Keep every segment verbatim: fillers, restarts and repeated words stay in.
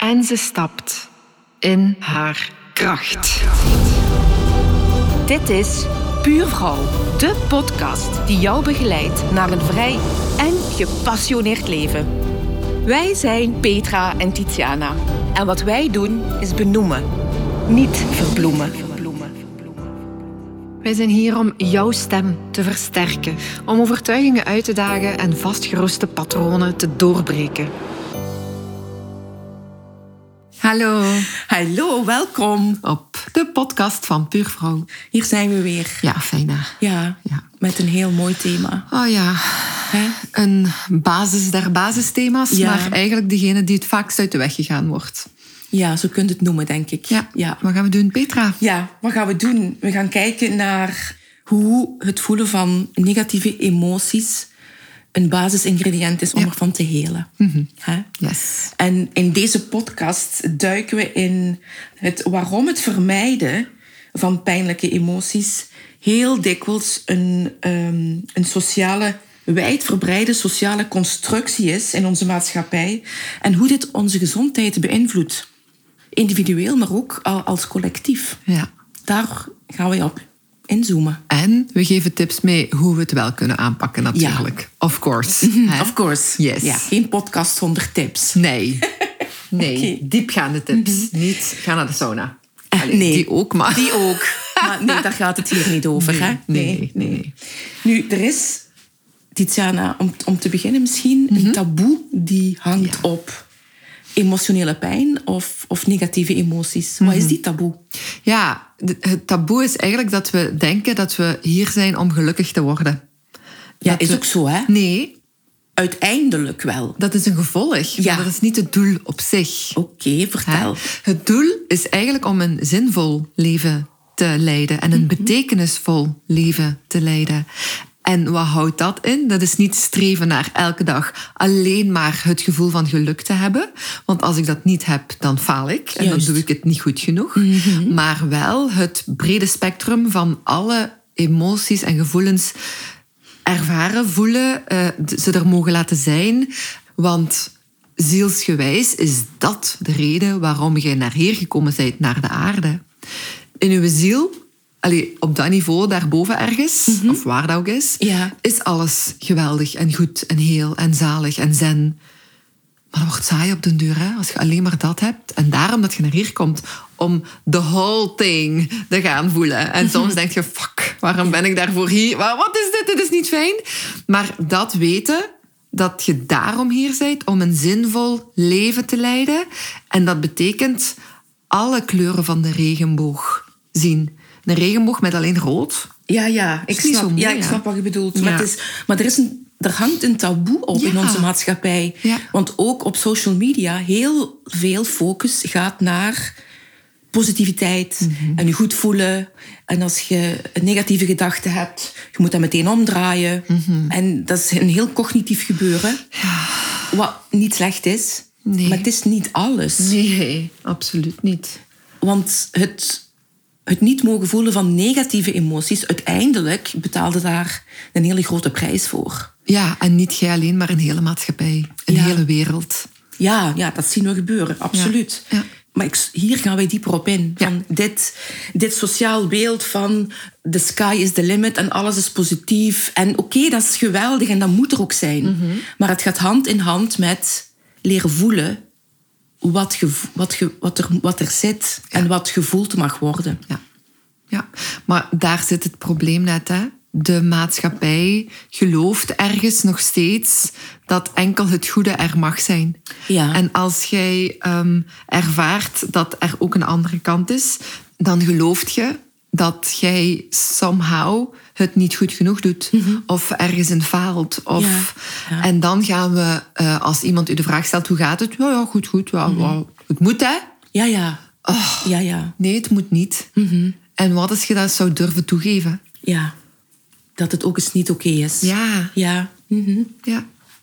En ze stapt in haar kracht. Dit is Puur Vrouw, de podcast die jou begeleidt naar een vrij en gepassioneerd leven. Wij zijn Petra en Tiziana. En wat wij doen is benoemen, niet verbloemen. Wij zijn hier om jouw stem te versterken, om overtuigingen uit te dagen en vastgeroeste patronen te doorbreken. Hallo. Hallo, welkom Op de podcast van Puur Vrouw. Hier zijn we weer. Ja, fijn hè? Ja, Ja. met een heel mooi thema. Oh ja, Hè? een basis der basisthema's, Ja. maar eigenlijk degene die het vaakst uit de weg gegaan wordt. Ja, zo kun je het noemen, denk ik. Ja, Ja. wat gaan we doen, Petra? Ja, wat gaan we doen? We gaan kijken naar hoe het voelen van negatieve emoties een basisingrediënt is om Ja. ervan te helen. Mm-hmm. Hè? Yes. En in deze podcast duiken we in het waarom het vermijden van pijnlijke emoties heel dikwijls een, um, een sociale, wijdverbreide sociale constructie is in onze maatschappij en hoe dit onze gezondheid beïnvloedt. Individueel, maar ook als collectief. Ja. Daar gaan we op inzoomen. En we geven tips mee hoe we het wel kunnen aanpakken, natuurlijk. Of course. Hè? Of course. Yes. Ja, geen podcast zonder tips. Nee. Nee. Oké. Diepgaande tips. Niet ga naar de sauna. Allee, nee. Die ook, maar... Die ook. Maar nee, daar gaat het hier niet over. Nee, hè? nee, nee. Nu, er is, Tiziana, om, om te beginnen misschien, Mm-hmm. een taboe die hangt Ja. op emotionele pijn of, of negatieve emoties. Wat Mm-hmm. is die taboe? Ja, de- het taboe is eigenlijk dat we denken dat we hier zijn om gelukkig te worden. Ja, Dat is we- ook zo, hè? Nee, Uiteindelijk wel. dat is een gevolg. Ja. Maar dat is niet het doel op zich. Oké, Hè? vertel. Het doel is eigenlijk om een zinvol leven te leiden en een betekenisvol leven te leiden. En wat houdt dat in? Dat is niet streven naar elke dag alleen maar het gevoel van geluk te hebben. Want als ik dat niet heb, dan faal ik. En Juist. dan doe ik het niet goed genoeg. Maar wel het brede spectrum van alle emoties en gevoelens ervaren, voelen, eh, d- ze er mogen laten zijn. Want zielsgewijs is dat de reden waarom jij naar hier gekomen bent, naar de aarde. In uw ziel, allee, op dat niveau daarboven ergens, of waar dat ook is, Ja. is alles geweldig en goed en heel en zalig en zen. Maar dat wordt saai op den duur, hè, als je alleen maar dat hebt. En daarom dat je naar hier komt, om the whole thing te gaan voelen. En soms denk je, fuck, waarom ben ik daarvoor hier? Wa- Wat is dit? Dit is niet fijn. Maar dat weten, dat je daarom hier bent, om een zinvol leven te leiden. En dat betekent alle kleuren van de regenboog zien. Een regenboog met alleen rood. Ja, ja, ik Is niet snap, zo mooi, ja, ik ja. snap wat je bedoelt. Ja. Maar, het is, maar er, is een, er hangt een taboe op in Ja. onze maatschappij. Ja. Want ook op social media heel veel focus gaat naar positiviteit Mhm. en je goed voelen. En als je een negatieve gedachte hebt, je moet dat meteen omdraaien. Mhm. En dat is een heel cognitief gebeuren. Wat niet slecht is, Nee. maar het is niet alles. Nee, absoluut niet. Want het, het niet mogen voelen van negatieve emoties, uiteindelijk betaalde daar een hele grote prijs voor. Ja, en niet jij alleen, maar een hele maatschappij. Een Ja. hele wereld. Ja, ja, dat zien we gebeuren, absoluut. Ja. Ja. Maar ik, hier gaan wij dieper op in. Ja. Van dit, dit sociaal beeld van the sky is the limit en alles is positief. En oké, dat is geweldig en dat moet er ook zijn. Mhm. Maar het gaat hand in hand met leren voelen wat, ge, wat, ge, wat, er, wat er zit en wat gevoeld mag worden. Ja. Ja, maar daar zit het probleem net, hè. De maatschappij gelooft ergens nog steeds dat enkel het goede er mag zijn. Ja. En als jij ehm, ervaart dat er ook een andere kant is, dan gelooft je dat jij somehow het niet goed genoeg doet. Of ergens in faalt. Of, Ja. Ja. En dan gaan we, eh, als iemand u de vraag stelt, hoe gaat het? Ja, ja, goed, goed. Ja, ja, het moet, hè? Ja, ja. Oh, Ja, ja. nee, het moet niet. En wat als je dat zou durven toegeven? Ja. Dat het ook eens niet oké is. Ja. Ja. Mhm. Ja.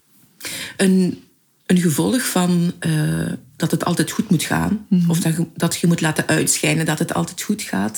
Een, een gevolg van uh, dat het altijd goed moet gaan. Mm-hmm. Of dat je, dat je moet laten uitschijnen dat het altijd goed gaat.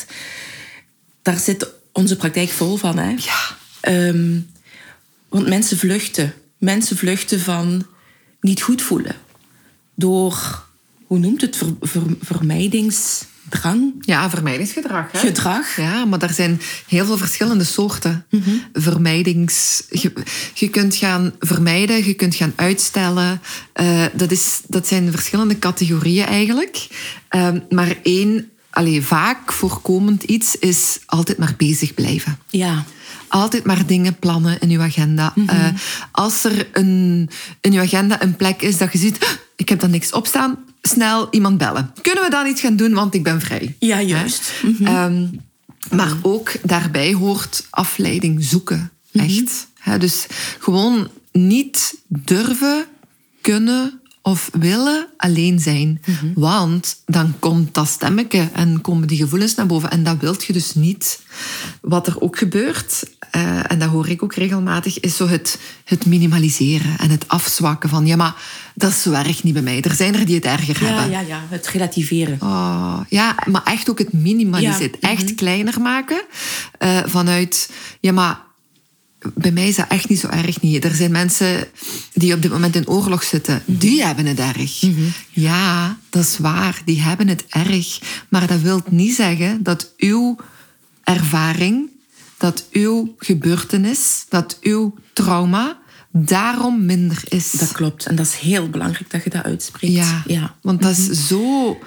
Daar zit onze praktijk vol van. Hè? Ja. Um, want mensen vluchten. Mensen vluchten van niet goed voelen. Door hoe noemt het, ver, ver, vermijdingsdrang? Ja, vermijdingsgedrag. Hè? Gedrag. Ja, maar er zijn heel veel verschillende soorten. Mm-hmm. Vermijdings... Je, je kunt gaan vermijden, je kunt gaan uitstellen. Uh, dat, is, dat zijn verschillende categorieën eigenlijk. Uh, maar één, allee, vaak voorkomend iets is altijd maar bezig blijven. Ja. Altijd maar dingen plannen in uw agenda. Mm-hmm. Uh, als er een, in uw agenda een plek is dat je ziet... Ik heb daar niks op staan, snel iemand bellen. Kunnen we dan iets gaan doen, want ik ben vrij. Ja, juist. Mm-hmm. Um, maar ook daarbij hoort afleiding zoeken. Mm-hmm. Echt. He, dus gewoon niet durven, kunnen of willen alleen zijn. Mm-hmm. Want dan komt dat stemmetje en komen die gevoelens naar boven. En dat wilt je dus niet. Wat er ook gebeurt, uh, en dat hoor ik ook regelmatig, is zo het, het minimaliseren en het afzwakken van... Ja, maar dat werkt niet bij mij. Er zijn er die het erger ja, hebben. Ja, ja, het relativeren. Oh, ja, maar echt ook het minimaliseren. Ja. Echt mm-hmm. kleiner maken. Uh, vanuit, ja, maar... Bij mij is dat echt niet zo erg niet. Er zijn mensen die op dit moment in oorlog zitten. Mm-hmm. Die hebben het erg. Mm-hmm. Ja, dat is waar. Die hebben het erg. Maar dat wil niet zeggen dat uw ervaring, dat uw gebeurtenis, dat uw trauma daarom minder is. Dat klopt. En dat is heel belangrijk dat je dat uitspreekt. Ja, ja. Want dat mm-hmm. is zo...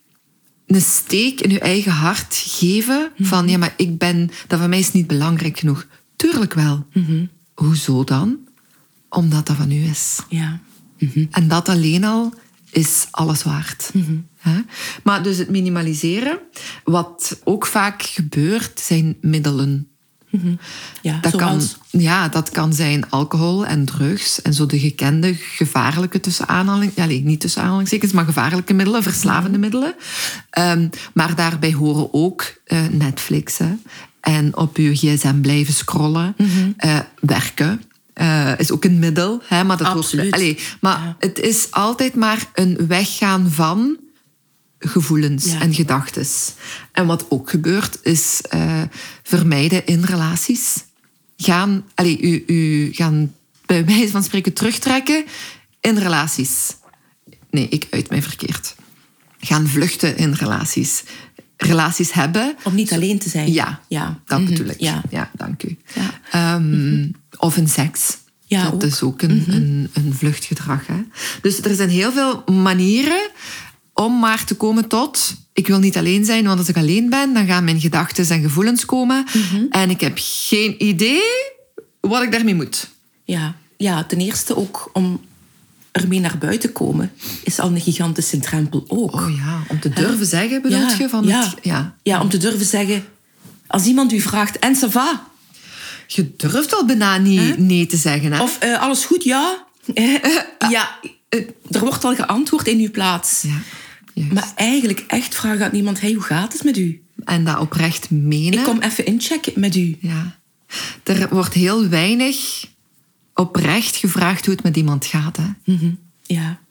een steek in je eigen hart geven. Mm-hmm. Van, ja, maar ik ben... Dat voor mij is niet belangrijk genoeg. Tuurlijk wel. Mm-hmm. Hoezo dan? Omdat dat van u is. Ja. Mm-hmm. En dat alleen al is alles waard. Mm-hmm. He? Maar dus het minimaliseren, wat ook vaak gebeurt, zijn middelen. Mm-hmm. Ja, dat, zoals... kan, ja, dat kan zijn alcohol en drugs en zo de gekende gevaarlijke tussen aanhaling, ja, nee, niet tussen aanhalingstekens, maar gevaarlijke middelen, verslavende mm-hmm. middelen. Um, maar daarbij horen ook uh, Netflix, hè. En op je gsm blijven scrollen. Mm-hmm. Uh, werken uh, is ook een middel. Hè, maar dat Absoluut. Hoort, allez, maar ja. Het is altijd maar een weggaan van gevoelens ja. en gedachtes. En wat ook gebeurt, is uh, vermijden in relaties. Gaan, allez, u, u gaan bij wijze van spreken terugtrekken in relaties. Nee, ik uit mij verkeerd. Gaan vluchten in relaties. Relaties hebben. Om niet alleen te zijn. Ja, ja. dat mm-hmm. bedoel ik. Ja, ja dank u. Ja. Um, mm-hmm. Of in seks. Ja, dat ook. is ook een, mm-hmm. een, een vluchtgedrag. Hè. Dus er zijn heel veel manieren om maar te komen tot... Ik wil niet alleen zijn, want als ik alleen ben, dan gaan mijn gedachten en gevoelens komen. Mm-hmm. En ik heb geen idee wat ik daarmee moet. Ja, ja, ten eerste ook om... ermee naar buiten komen, is al een gigantische drempel ook. Oh ja, om te durven uh, zeggen, bedoel ja, je? Van ja. Het, ja. ja, om te durven zeggen... Als iemand u vraagt, en ça va? Je durft al bijna niet huh? nee te zeggen. Hè? Of, uh, alles goed, ja? Uh, ja, uh, er wordt al geantwoord in uw plaats. Ja, juist. Maar eigenlijk echt vragen aan iemand, hey, hoe gaat het met u? En dat oprecht menen. Ik kom even inchecken met u. Ja. Er wordt heel weinig... oprecht gevraagd hoe het met iemand gaat. Hè? Mm-hmm. Ja.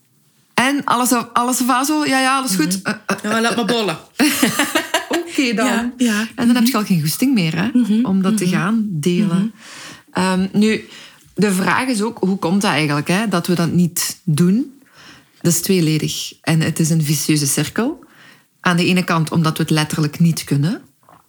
En alles, alles va zo? Ja, ja, alles goed? Mm-hmm. Uh, uh, ja, laat maar bollen. Oké okay, dan. Ja, ja. En dan mm-hmm. heb je al geen goesting meer hè? Mm-hmm. om dat mm-hmm. te gaan delen. Mm-hmm. Um, nu, de vraag is ook, hoe komt dat eigenlijk? Hè? Dat we dat niet doen? Dat is tweeledig. En het is een vicieuze cirkel. Aan de ene kant omdat we het letterlijk niet kunnen...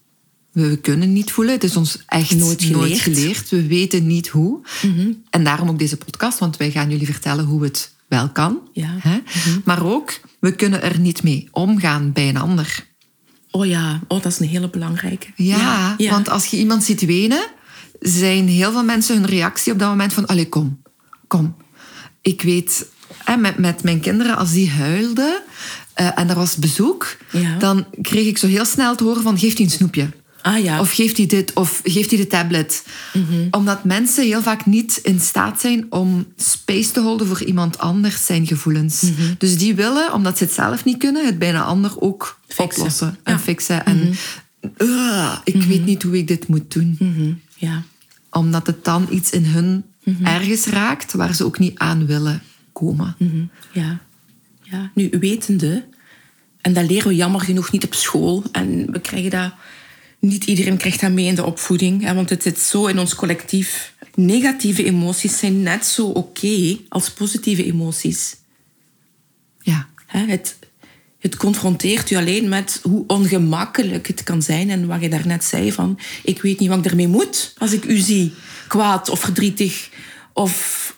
We kunnen niet voelen. Het is ons echt nooit geleerd. Nooit geleerd. We weten niet hoe. Mm-hmm. En daarom ook deze podcast, want wij gaan jullie vertellen hoe het wel kan. Ja. Hè? Mm-hmm. Maar ook, we kunnen er niet mee omgaan bij een ander. Oh ja, oh, dat is een hele belangrijke. Ja, ja, ja. Want als je iemand ziet wenen, zijn heel veel mensen hun reactie op dat moment van, allee, kom, kom. Ik weet, hè, met, met mijn kinderen, als die huilden uh, en er was bezoek, ja. dan kreeg ik zo heel snel te horen van, geeft hij een snoepje. Ah, ja. Of geeft hij dit, of geeft hij de tablet. Mm-hmm. Omdat mensen heel vaak niet in staat zijn om space te houden voor iemand anders zijn gevoelens. Mm-hmm. Dus die willen, omdat ze het zelf niet kunnen, het bij een ander ook fixen. oplossen en ja. fixen. Mm-hmm. En uh, ik mm-hmm. weet niet hoe ik dit moet doen. Mm-hmm. Ja. Omdat het dan iets in hun mm-hmm. ergens raakt waar ze ook niet aan willen komen. Mm-hmm. Ja. Ja. Nu, wetende, en dat leren we jammer genoeg niet op school, en we krijgen dat... Niet iedereen krijgt dat mee in de opvoeding. Hè, want het zit zo in ons collectief. Negatieve emoties zijn net zo oké okay als positieve emoties. Ja. Hè, het, het confronteert u alleen met hoe ongemakkelijk het kan zijn. En wat je daarnet zei van, ik weet niet wat ik ermee moet als ik u zie. Kwaad of verdrietig of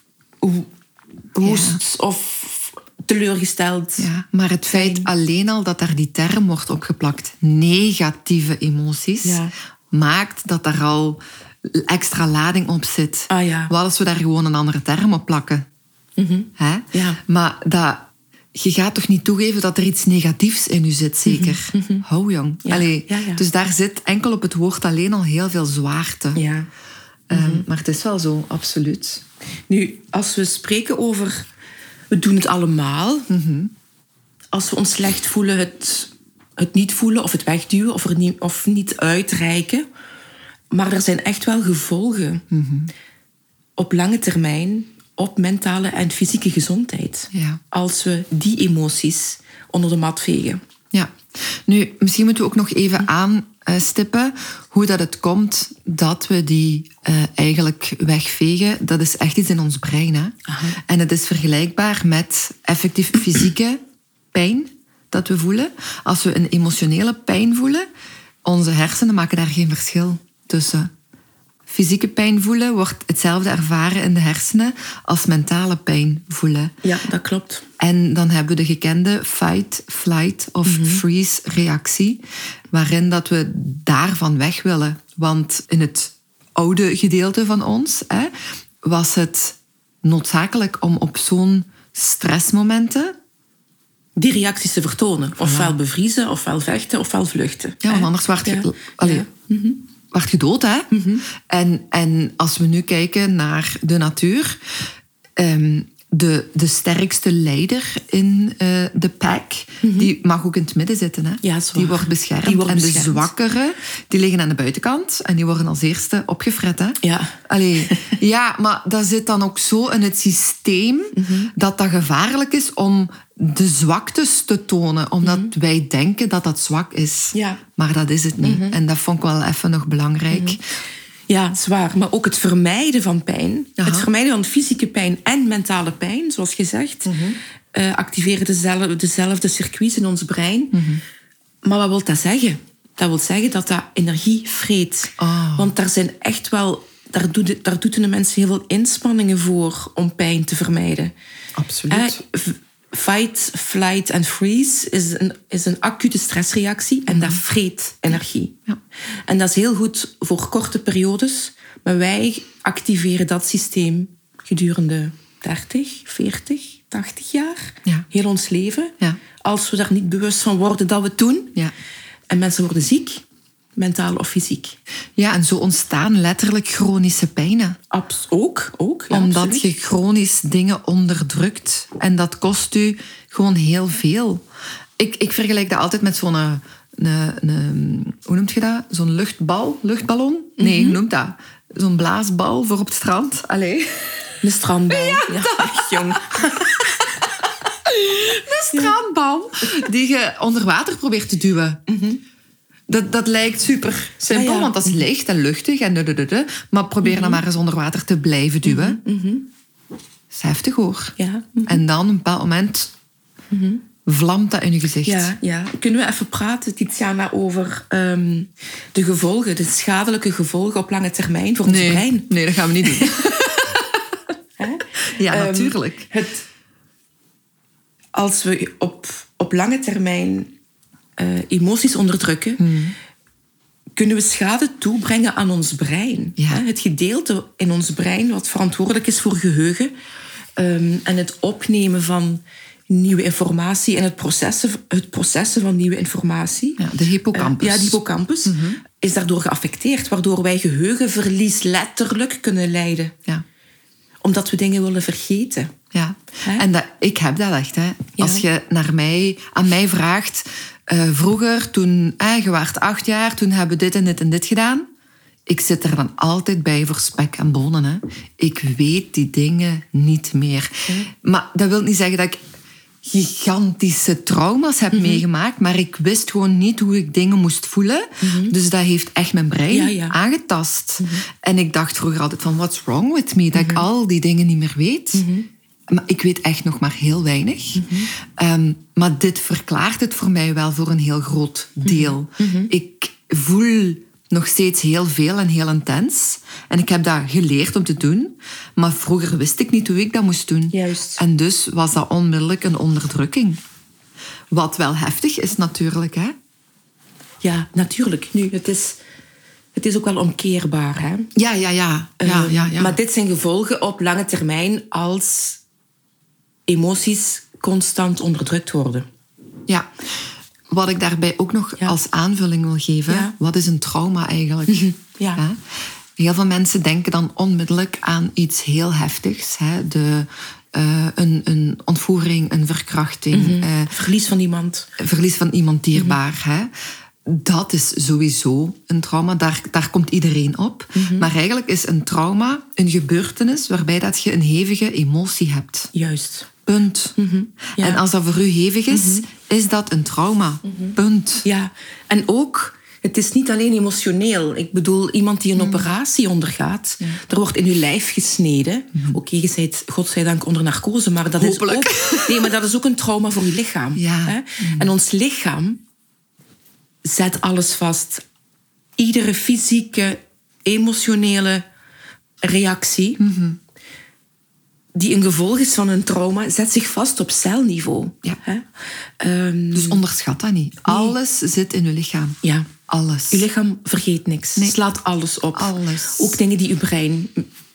woest ja. of teleurgesteld. Ja, maar het feit alleen al dat daar die term wordt opgeplakt, negatieve emoties, ja. maakt dat daar al extra lading op zit. Ah, ja. Wat als we daar gewoon een andere term op plakken? Mm-hmm. Hè? Ja. Maar dat, je gaat toch niet toegeven dat er iets negatiefs in u zit, zeker? Mm-hmm. Hou jong. Ja. Allee, Ja, ja. Dus daar zit enkel op het woord alleen al heel veel zwaarte. Ja. Mm-hmm. Um, maar het is wel zo, absoluut. Nu, als we spreken over... We doen het allemaal. Mm-hmm. Als we ons slecht voelen, het, het niet voelen of het wegduwen of, er niet, of niet uitreiken. Maar er zijn echt wel gevolgen. Mm-hmm. Op lange termijn, op mentale en fysieke gezondheid. Ja. Als we die emoties onder de mat vegen. Ja. Nu, misschien moeten we ook nog even aanstippen hoe dat het komt dat we die uh, eigenlijk wegvegen. Dat is echt iets in ons brein. Hè? En het is vergelijkbaar met effectief fysieke pijn dat we voelen. Als we een emotionele pijn voelen, onze hersenen maken daar geen verschil tussen. Fysieke pijn voelen wordt hetzelfde ervaren in de hersenen als mentale pijn voelen. Ja, dat klopt. En dan hebben we de gekende fight, flight of mm-hmm. freeze reactie, waarin dat we daarvan weg willen. Want in het oude gedeelte van ons hè, was het noodzakelijk om op zo'n stressmomenten die reacties te vertonen. Ofwel voilà. bevriezen, ofwel vechten, ofwel vluchten. Ja, want anders werd je... Ja. Allee, ja. Mm-hmm. werd je dood, hè? Mm-hmm. En, en als we nu kijken naar de natuur... Um, de, de sterkste leider in uh, de pack, mm-hmm. die mag ook in het midden zitten. Hè? Ja, die wordt beschermd. Die wordt en beschermd. De zwakkeren, die liggen aan de buitenkant en die worden als eerste opgefret. Hè? Ja. Allee, ja, maar dat zit dan ook zo in het systeem mm-hmm. dat dat gevaarlijk is om de zwaktes te tonen, omdat mm-hmm. wij denken dat dat zwak is. Ja. Maar dat is het niet. Mm-hmm. En dat vond ik wel even nog belangrijk. Mm-hmm. Ja, zwaar. Maar ook het vermijden van pijn. Aha. Het vermijden van fysieke pijn en mentale pijn, zoals gezegd. Mm-hmm. Uh, activeren dezelfde, dezelfde circuits in ons brein. Mm-hmm. Maar wat wil dat zeggen? Dat wil zeggen dat dat energie vreet. Oh. Want daar zijn echt wel... Daar doen de, daar doen de mensen heel veel inspanningen voor om pijn te vermijden. Absoluut. Uh, Fight, flight en freeze is een, is een acute stressreactie en dat vreet energie. Ja. En dat is heel goed voor korte periodes, maar wij activeren dat systeem gedurende dertig, veertig, tachtig jaar, ja. heel ons leven. Ja. Als we daar niet bewust van worden dat we het doen. Ja. En mensen worden ziek, mentaal of fysiek. Ja, en zo ontstaan letterlijk chronische pijnen. Abs- ook, ook. Ja, Omdat absoluut. je chronisch dingen onderdrukt. En dat kost u gewoon heel veel. Ik, ik vergelijk dat altijd met zo'n... Een, een, een, hoe noemt je dat? Zo'n luchtbal? Luchtballon? Nee, Mm-hmm. hoe noemt dat? Zo'n blaasbal voor op het strand. Allee. Een strandbal. Ja, ja dat... echt jong. Een strandbal die je onder water probeert te duwen. Mm-hmm. Dat, dat lijkt super simpel, ah, ja. want dat is licht en luchtig. En dudududud, maar probeer mm-hmm. dan maar eens onder water te blijven duwen. Mm-hmm. Dat is heftig hoor. Ja. Mm-hmm. En dan, op een bepaald moment, mm-hmm. vlamt dat in je gezicht. Ja, ja. Kunnen we even praten, Tiziana, over um, de gevolgen, de schadelijke gevolgen op lange termijn voor nee, ons brein? Nee, dat gaan we niet doen. ja, um, natuurlijk. Het, als we op, op lange termijn uh, emoties onderdrukken, hmm. kunnen we schade toebrengen aan ons brein. Ja. Het gedeelte in ons brein wat verantwoordelijk is voor geheugen um, en het opnemen van nieuwe informatie en het processen, het processen van nieuwe informatie. Ja, de hippocampus. Uh, ja, de hippocampus mm-hmm. is daardoor geaffecteerd, waardoor wij geheugenverlies letterlijk kunnen lijden. Ja. Omdat we dingen willen vergeten. Ja, hè? En dat, ik heb dat echt. Hè. Ja. Als je naar mij, aan mij vraagt... Uh, vroeger, toen eh, je waart acht jaar, toen hebben we dit en dit en dit gedaan. Ik zit er dan altijd bij voor spek en bonen. Hè. Ik weet die dingen niet meer. Okay. Maar dat wil niet zeggen dat ik gigantische trauma's heb mm-hmm. meegemaakt, maar ik wist gewoon niet hoe ik dingen moest voelen. Mm-hmm. Dus dat heeft echt mijn brein ja, ja. aangetast. Mm-hmm. En ik dacht vroeger altijd van, what's wrong with me? Dat mm-hmm. ik al die dingen niet meer weet. Mm-hmm. Maar ik weet echt nog maar heel weinig. Mm-hmm. Um, maar dit verklaart het voor mij wel voor een heel groot deel. Mm-hmm. Ik voel nog steeds heel veel en heel intens. En ik heb dat geleerd om te doen. Maar vroeger wist ik niet hoe ik dat moest doen. Juist. En dus was dat onmiddellijk een onderdrukking. Wat wel heftig is natuurlijk, hè? Ja, natuurlijk. Nu, het is, het is ook wel omkeerbaar, hè? Ja, ja, ja. ja, ja, ja. Maar dit zijn gevolgen op lange termijn als emoties constant onderdrukt worden. Ja. Wat ik daarbij ook nog ja. als aanvulling wil geven, ja. wat is een trauma eigenlijk? Mm-hmm. Ja. Ja? Heel veel mensen denken dan onmiddellijk aan iets heel heftigs. Hè? De, uh, een, een ontvoering, een verkrachting. Mm-hmm. Uh, verlies van iemand. Verlies van iemand dierbaar. Mm-hmm. Hè? Dat is sowieso een trauma. Daar, daar komt iedereen op. Mm-hmm. Maar eigenlijk is een trauma een gebeurtenis waarbij dat je een hevige emotie hebt. Juist. Punt. Mm-hmm. Ja. En als dat voor u hevig is, mm-hmm. is dat een trauma. Mm-hmm. Punt. Ja, en ook, het is niet alleen emotioneel. Ik bedoel, iemand die een mm. operatie ondergaat, ja. er wordt in uw lijf gesneden. Mm-hmm. Oké, okay, je bent godzijdank onder narcose, maar dat Hopelijk. is ook, nee, maar dat is ook een trauma voor uw lichaam. Ja. Hè? Mm. En ons lichaam zet alles vast. Iedere fysieke, emotionele reactie, mm-hmm. die een gevolg is van een trauma, zet zich vast op celniveau. Ja. Hè? Um, dus onderschat dat niet. Nee. Alles zit in uw lichaam. Ja. Alles. Uw lichaam vergeet niks. Nee. Slaat alles op. Alles. Ook dingen die uw brein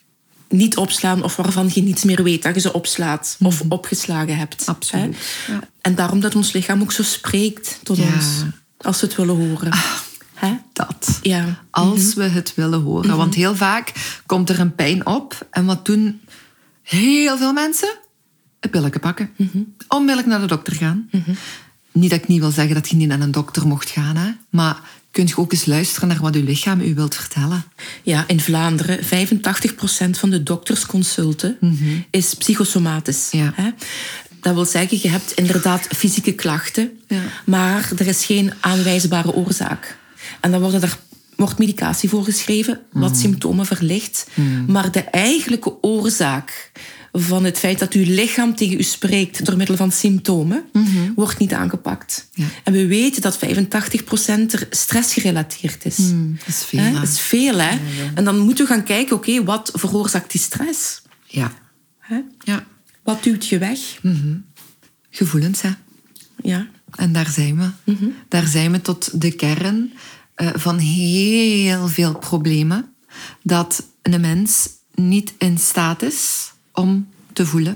niet opslaan of waarvan je niets meer weet dat je ze opslaat mm-hmm. of opgeslagen hebt. Absoluut. Ja. En daarom dat ons lichaam ook zo spreekt tot ja. ons, als we het willen horen. Ah. Hè? Dat. Ja. Als mm-hmm. we het willen horen. Mm-hmm. Want heel vaak komt er een pijn op. En wat doen heel veel mensen? Een pilletje pakken. Mm-hmm. Onmiddellijk naar de dokter gaan. Mm-hmm. Niet dat ik niet wil zeggen dat je niet naar een dokter mocht gaan. Hè? Maar kun je ook eens luisteren naar wat je lichaam u wilt vertellen. Ja, in Vlaanderen, vijfentachtig procent van de doktersconsulten mm-hmm. is psychosomatisch. Ja. Hè? Dat wil zeggen, je hebt inderdaad fysieke klachten, ja. maar er is geen aanwijsbare oorzaak. En dan worden er, wordt medicatie voorgeschreven, wat mm. symptomen verlicht. Mm. Maar de eigenlijke oorzaak van het feit dat uw lichaam tegen u spreekt door middel van symptomen, mm-hmm. wordt niet aangepakt. Ja. En we weten dat vijfentachtig procent er stressgerelateerd is. Mm, dat is veel, hè? hè? Dat is veel, hè? Ja, ja. En dan moeten we gaan kijken, oké, okay, wat veroorzaakt die stress? Ja. Hè? Ja. Wat duwt je weg? Mm-hmm. Gevoelens, hè? Ja. En daar zijn we. Mm-hmm. Daar zijn we tot de kern uh, van heel veel problemen. Dat een mens niet in staat is om te voelen.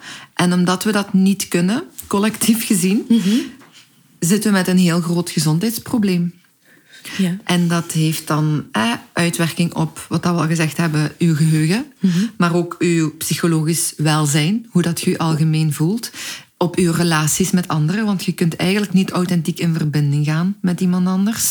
En omdat we dat niet kunnen, collectief gezien, mm-hmm. zitten we met een heel groot gezondheidsprobleem. Ja. En dat heeft dan eh, uitwerking op, wat we al gezegd hebben, uw geheugen. Mm-hmm. Maar ook uw psychologisch welzijn, hoe dat je je algemeen voelt. Op uw relaties met anderen, want je kunt eigenlijk niet authentiek in verbinding gaan met iemand anders.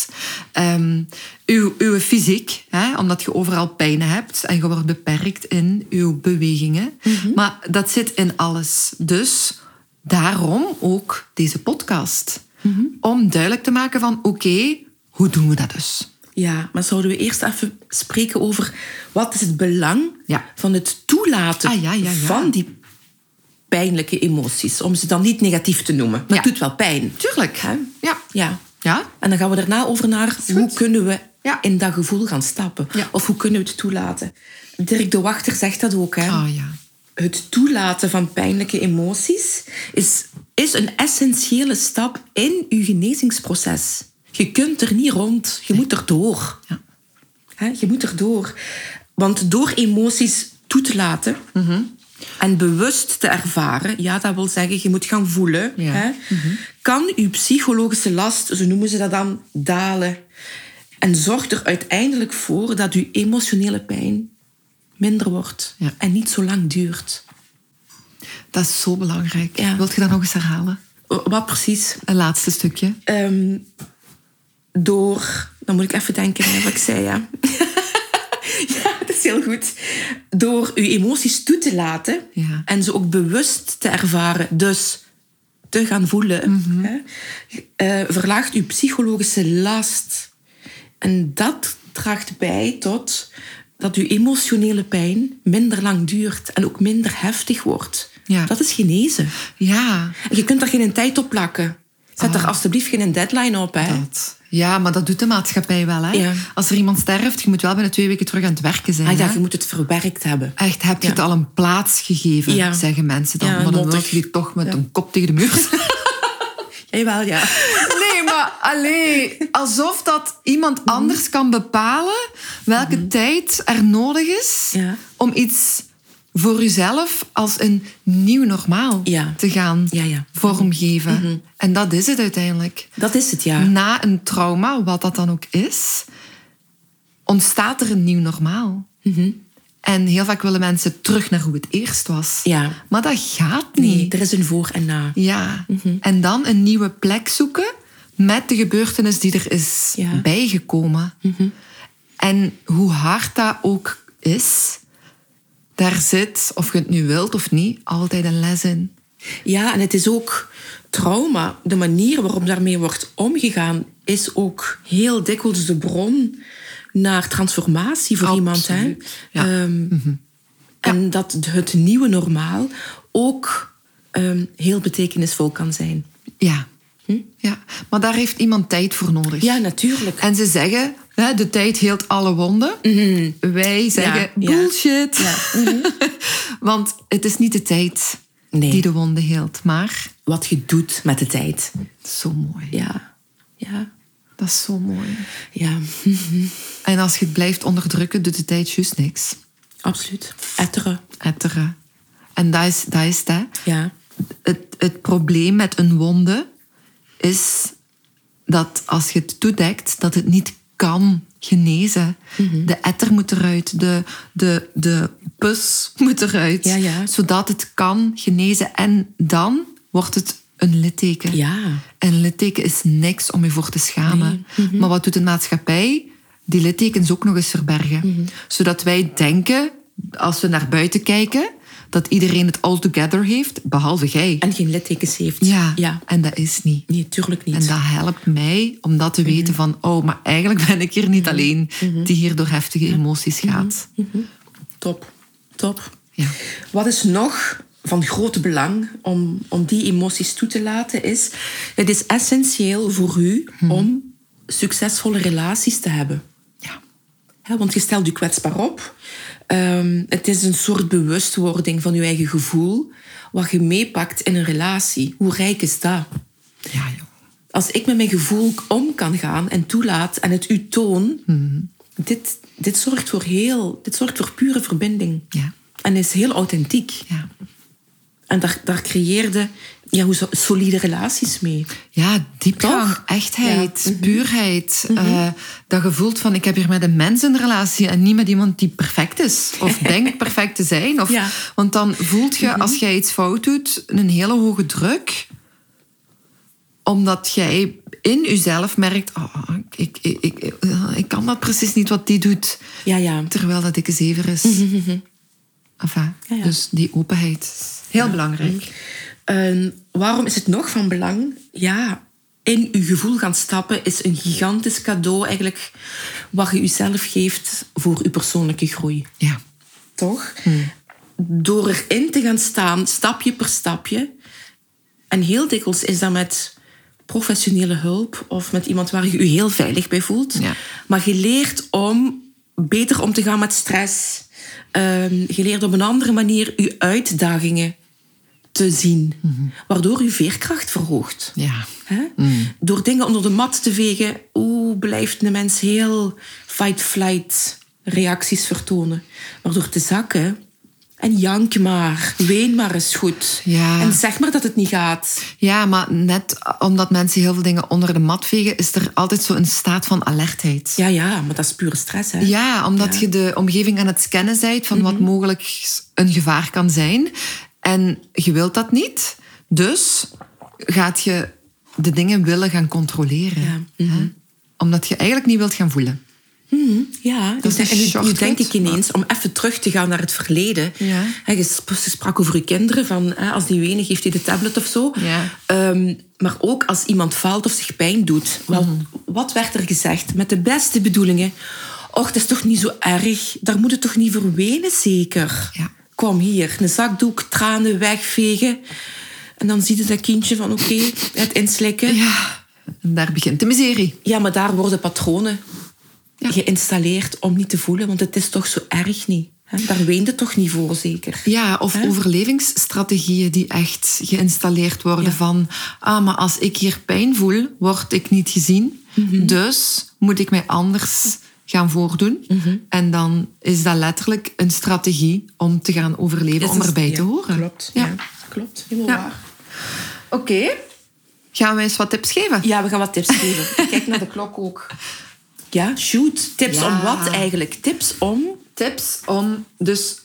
Um, uw, uw fysiek, hè, omdat je overal pijn hebt en je wordt beperkt in uw bewegingen. Mm-hmm. Maar dat zit in alles. Dus daarom ook deze podcast. Mm-hmm. Om duidelijk te maken van, oké, okay, hoe doen we dat dus? Ja, maar zouden we eerst even spreken over wat is het belang ja. van het toelaten ah, ja, ja, ja. van die pijnlijke emoties, om ze dan niet negatief te noemen. Maar ja. het doet wel pijn. Tuurlijk. Hè? Ja. Ja. Ja. En dan gaan we daarna over naar hoe kunnen we ja. in dat gevoel gaan stappen. Ja. Of hoe kunnen we het toelaten. Dirk de Wachter zegt dat ook. Hè? Oh, ja. Het toelaten van pijnlijke emoties is, is een essentiële stap in uw genezingsproces. Je kunt er niet rond. Je moet er door. Ja. Hè? Je moet er door. Want door emoties toe te laten... Mm-hmm. en bewust te ervaren, ja, dat wil zeggen, je moet gaan voelen, ja. hè, mm-hmm. kan uw psychologische last, zo noemen ze dat dan, dalen. En zorgt er uiteindelijk voor dat uw emotionele pijn minder wordt ja. en niet zo lang duurt. Dat is zo belangrijk. Ja. Wilt je dat nog eens herhalen? Wat precies? Een laatste stukje. Um, door... Dan moet ik even denken hè, wat ik zei, ja. Ja, dat is heel goed. Door uw emoties toe te laten ja. en ze ook bewust te ervaren, dus te gaan voelen, mm-hmm. hè, uh, verlaagt uw psychologische last. En dat draagt bij tot dat uw emotionele pijn minder lang duurt en ook minder heftig wordt. Ja. Dat is genezen. Ja. En je kunt er geen tijd op plakken. Zet er alsjeblieft geen deadline op. Hè. Dat. Ja, maar dat doet de maatschappij wel. Hè? Ja. Als er iemand sterft, je moet wel binnen twee weken terug aan het werken zijn. Ah, ja, hè? je moet het verwerkt hebben. Echt, heb je Ja. het al een plaats gegeven, Ja. zeggen mensen dan. Ja, maar dan nuttig. wil je toch met een kop tegen de muur. Jawel, ja. Nee, maar allee, alsof dat iemand anders kan bepalen welke tijd er nodig is Ja. om iets voor jezelf als een nieuw normaal Ja. te gaan Ja, ja. vormgeven. En dat is het uiteindelijk. Dat is het, ja. Na een trauma, wat dat dan ook is, ontstaat er een nieuw normaal. En heel vaak willen mensen terug naar hoe het eerst was. Ja. Maar dat gaat niet. Nee, er is een voor en na. Ja. En dan een nieuwe plek zoeken met de gebeurtenis die er is Ja. bijgekomen. En hoe hard dat ook is, daar zit, of je het nu wilt of niet, altijd een les in. Ja, en het is ook trauma. De manier waarop daarmee wordt omgegaan is ook heel dikwijls de bron naar transformatie voor iemand. Hè? Absoluut. Ja. Ehm, En dat het nieuwe normaal ook ehm, heel betekenisvol kan zijn. Ja. Ja. Maar daar heeft iemand tijd voor nodig. Ja, natuurlijk. En ze zeggen, hè, de tijd heelt alle wonden. Wij zeggen, Ja, ja. bullshit. Ja. Want het is niet de tijd Nee. die de wonden heelt, maar Wat je doet met de tijd. zo mooi. Ja. Ja. Dat is zo mooi. Ja. En als je het blijft onderdrukken, doet de tijd juist niks. Absoluut. Etteren. Etteren. En dat is, dat is het, hè. Ja. Het, het probleem met een wonde is dat als je het toedekt, dat het niet kan genezen. De etter moet eruit, de, de, de pus moet eruit, Ja, ja. zodat het kan genezen. En dan wordt het een litteken. Ja. En een litteken is niks om je voor te schamen. Maar wat doet de maatschappij? Die littekens ook nog eens verbergen. Zodat wij denken, als we naar buiten kijken, dat iedereen het all together heeft, behalve jij. En geen littekens heeft. Ja, Ja. en dat is niet. Nee, tuurlijk niet. En dat helpt mij om dat te weten van... Oh, maar eigenlijk ben ik hier niet alleen die hier door heftige emoties gaat. Top. Top. Ja. Wat is nog van groot belang om, om die emoties toe te laten is... Het is essentieel voor u om succesvolle relaties te hebben. Ja. Hè, want je stelt je kwetsbaar op. Um, het is een soort bewustwording van je eigen gevoel... wat je meepakt in een relatie. Hoe rijk is dat? Ja, joh. Als ik met mijn gevoel om kan gaan en toelaat en het u toon... Dit, dit, zorgt voor heel, dit zorgt voor pure verbinding. Ja. En is heel authentiek. Ja. En daar, daar creëerde ja, hoe zo- solide relaties mee. Ja, diepgang, Toch? echtheid, Ja. Mhm. puurheid. Eh, dat je voelt van, ik heb hier met een mens een relatie en niet met iemand die perfect is. Of denkt perfect te zijn. Of, Ja. Want dan voelt je, als jij iets fout doet, een hele hoge druk. Omdat jij in jezelf merkt, oh, ik, ik, ik, ik, ik kan dat precies niet wat die doet. Ja, ja. Terwijl dat dikke zever is. Enfin, Ja, ja. Dus die openheid is heel belangrijk. En waarom is het nog van belang? Ja, in je gevoel gaan stappen is een gigantisch cadeau eigenlijk... wat je jezelf geeft voor je persoonlijke groei. Ja. Toch? Door erin te gaan staan, stapje per stapje. En heel dikwijls is dat met professionele hulp of met iemand waar je je heel veilig bij voelt. Ja. Maar je leert om beter om te gaan met stress. Um, je leert op een andere manier je uitdagingen te zien. Waardoor je veerkracht verhoogt. Ja. Hè? Door dingen onder de mat te vegen, oeh, blijft een mens heel fight-flight reacties vertonen. Maar door te zakken en jank maar, ween maar eens goed. Ja. En zeg maar dat het niet gaat. Ja, maar net omdat mensen heel veel dingen onder de mat vegen, is er altijd zo'n staat van alertheid. Ja, ja, maar dat is pure stress, hè? Ja, omdat je de omgeving aan het scannen bent van wat mogelijk een gevaar kan zijn. En je wilt dat niet. Dus gaat je de dingen willen gaan controleren. Ja. Hè? Omdat je eigenlijk niet wilt gaan voelen. Ja, Dat is en een nu, nu shortcut, denk ik ineens, om even terug te gaan naar het verleden. Ja. Hè, je sp- je sprak over je kinderen, van, hè, als die wenen, geeft hij de tablet of zo. Ja. Ehm, maar ook als iemand faalt of zich pijn doet. Wel, wat werd er gezegd? Met de beste bedoelingen. Och, dat is toch niet zo erg? Daar moet het toch niet voor wenen, zeker? Ja. kom hier, een zakdoek, tranen wegvegen. En dan zie je dat kindje van oké, okay, het inslikken. Ja, en daar begint de miserie. Ja, maar daar worden patronen ja. geïnstalleerd om niet te voelen. Want het is toch zo erg niet. Hè? Daar weende toch niet voor, zeker? Ja, of Hè? overlevingsstrategieën die echt geïnstalleerd worden ja. van... Ah, maar als ik hier pijn voel, word ik niet gezien. Mm-hmm. Dus moet ik mij anders gaan voordoen. Mm-hmm. En dan is dat letterlijk een strategie om te gaan overleven, om erbij ja, te horen. Klopt, ja. ja. klopt. Helemaal ja. waar. Oké. Okay. Gaan we eens wat tips geven? Ja, we gaan wat tips geven. Ik kijk naar de klok ook. Ja, shoot. Tips ja. om wat eigenlijk? Tips om... Tips om... Dus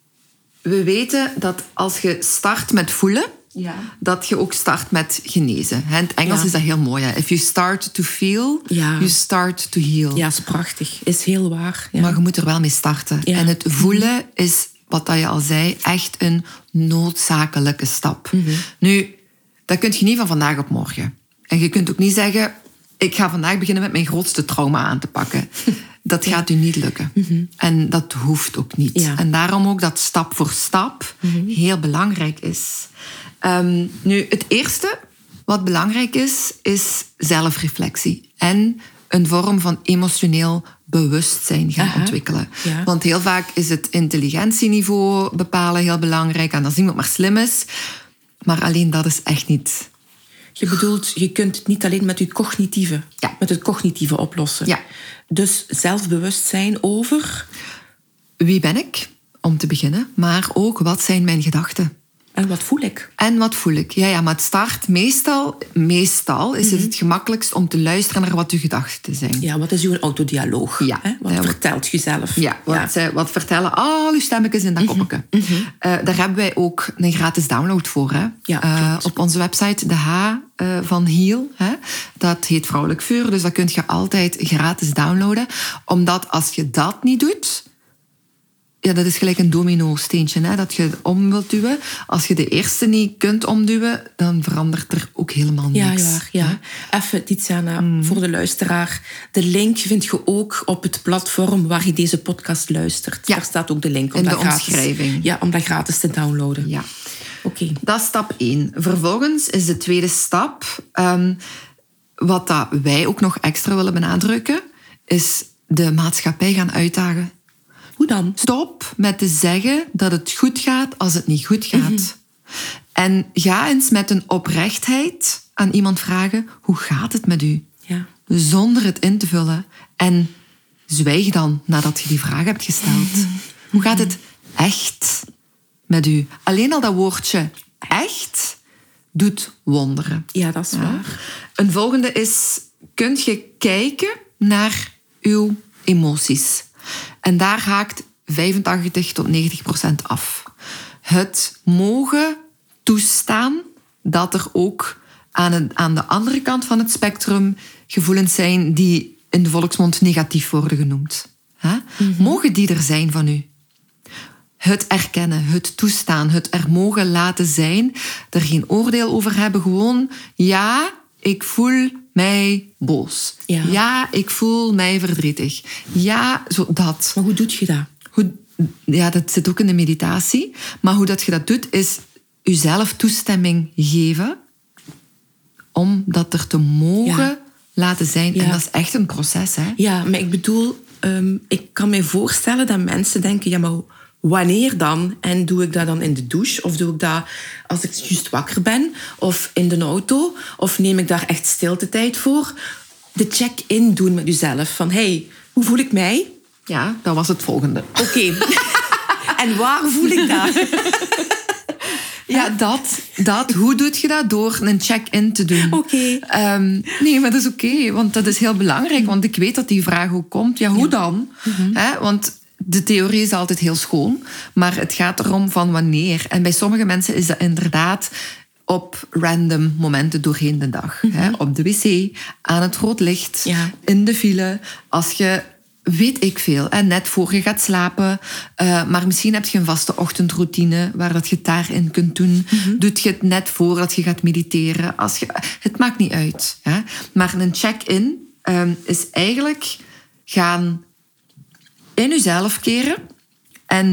we weten dat als je start met voelen... Ja. dat je ook start met genezen. In het Engels ja. is dat heel mooi. Hè? If you start to feel, ja. you start to heal. Ja, is prachtig. Is heel waar. Ja. Maar je moet er wel mee starten. Ja. En het voelen is, wat je al zei, echt een noodzakelijke stap. Mm-hmm. Nu, dat kun je niet van vandaag op morgen. En je kunt ook niet zeggen... ik ga vandaag beginnen met mijn grootste trauma aan te pakken. Dat gaat ja. u niet lukken. Mm-hmm. En dat hoeft ook niet. Ja. En daarom ook dat stap voor stap mm-hmm. heel belangrijk is. Um, nu, het eerste wat belangrijk is, is zelfreflectie. En een vorm van emotioneel bewustzijn gaan Aha. ontwikkelen. Ja. Want heel vaak is het intelligentieniveau bepalen heel belangrijk. En dan zien we wat maar slim is. Maar alleen dat is echt niet... Je bedoelt, je kunt het niet alleen met je cognitieve, ja. met het cognitieve oplossen. Ja. Dus zelfbewustzijn over... Wie ben ik, om te beginnen. Maar ook, wat zijn mijn gedachten? En wat voel ik? En wat voel ik? Ja, ja, maar het start meestal... Meestal is mm-hmm. het het gemakkelijkst om te luisteren naar wat uw gedachten zijn. Ja, wat is uw autodialoog? Ja. Hè? Wat ja, vertelt je zelf? Ja, wat, ja. Zij, wat vertellen al uw stemmetjes in dat mm-hmm. koppetje. Mm-hmm. Uh, daar hebben wij ook een gratis download voor. Hè? Ja, uh, op onze website, de H uh, van Heal. Hè? Dat heet Vrouwelijk Vuur. Dus dat kun je altijd gratis downloaden. Omdat als je dat niet doet... Ja, dat is gelijk een domino-steentje, hè, dat je om wilt duwen. Als je de eerste niet kunt omduwen, dan verandert er ook helemaal niks. Ja, ja, ja. Even, Tiziana, mm. voor de luisteraar. De link vind je ook op het platform waar je deze podcast luistert. Ja. Daar staat ook de link. Om in de dat gratis, omschrijving. Ja, om dat gratis te downloaden. Ja. Oké. Okay. Dat is stap één. Vervolgens is de tweede stap... Um, wat dat wij ook nog extra willen benadrukken, is de maatschappij gaan uitdagen. Hoe dan? Stop met te zeggen dat het goed gaat als het niet goed gaat. Mm-hmm. En ga eens met een oprechtheid aan iemand vragen, hoe gaat het met u? Ja. Zonder het in te vullen. En zwijg dan nadat je die vraag hebt gesteld. Mm-hmm. Hoe gaat het echt met u? Alleen al dat woordje echt doet wonderen. Ja, dat is ja. waar. Een volgende is, kun je kijken naar uw emoties? En daar haakt vijfentachtig tot negentig procent af. Het mogen toestaan dat er ook aan, het, aan de andere kant van het spectrum gevoelens zijn die in de volksmond negatief worden genoemd. Huh? Mm-hmm. Mogen die er zijn van u? Het erkennen, het toestaan, het er mogen laten zijn, er geen oordeel over hebben, gewoon ja, ik voel mij boos. Ja. ja, ik voel mij verdrietig. Ja, zo dat. Maar hoe doe je dat? Hoe, ja, dat zit ook in de meditatie. Maar hoe dat je dat doet, is jezelf toestemming geven om dat er te mogen ja. laten zijn. Ja. En dat is echt een proces, hè? Ja, maar ik bedoel, um, ik kan me voorstellen dat mensen denken, ja, maar wanneer dan? En doe ik dat dan in de douche? Of doe ik dat als ik juist wakker ben? Of in de auto? Of neem ik daar echt stiltetijd voor? De check-in doen met jezelf. Van, hey, hoe voel ik mij? Ja, dat was het volgende. Oké. Okay. En waar voel ik dat? Ja, dat, dat. Hoe doe je dat? Door een check-in te doen. Oké. Okay. Um, nee, maar dat is oké. Okay, want dat is heel belangrijk. Want ik weet dat die vraag ook komt. Ja, hoe ja. dan? Mm-hmm. He, want... De theorie is altijd heel schoon, maar het gaat erom van wanneer. En bij sommige mensen is dat inderdaad op random momenten doorheen de dag. Mm-hmm. Hè? Op de wc, aan het rood licht, ja. in de file. Als je, weet ik veel, hè? Net voor je gaat slapen. Uh, maar misschien heb je een vaste ochtendroutine waar dat je het daarin kunt doen. Mm-hmm. Doet je het net voordat je gaat mediteren. Als je, het maakt niet uit. Hè? Maar een check-in um, is eigenlijk gaan... in uzelf keren en